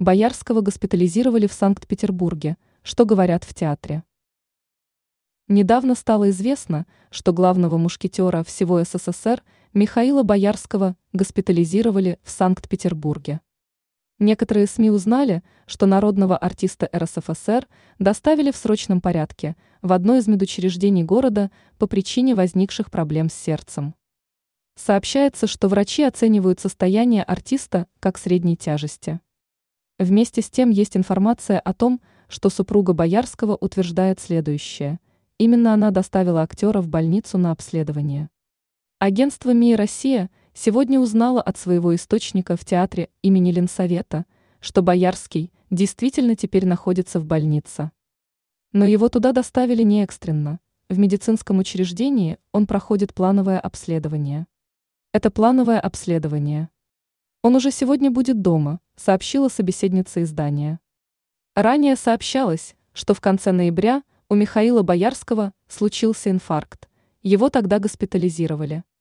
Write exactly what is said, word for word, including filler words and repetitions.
Боярского госпитализировали в Санкт-Петербурге, что говорят в театре. Недавно стало известно, что главного мушкетера всего СССР Михаила Боярского госпитализировали в Санкт-Петербурге. Некоторые СМИ узнали, что народного артиста эр эс эф эс эр доставили в срочном порядке в одно из медучреждений города по причине возникших проблем с сердцем. Сообщается, что врачи оценивают состояние артиста как средней тяжести. Вместе с тем есть информация о том, что супруга Боярского утверждает следующее. Именно она доставила актера в больницу на обследование. Агентство МИА «Россия» сегодня узнало от своего источника в театре имени Ленсовета, что Боярский действительно теперь находится в больнице. Но его туда доставили не экстренно. В медицинском учреждении он проходит плановое обследование. Это плановое обследование. Он уже сегодня будет дома, сообщила собеседница издания. Ранее сообщалось, что в конце ноября у Михаила Боярского случился инфаркт, его тогда госпитализировали.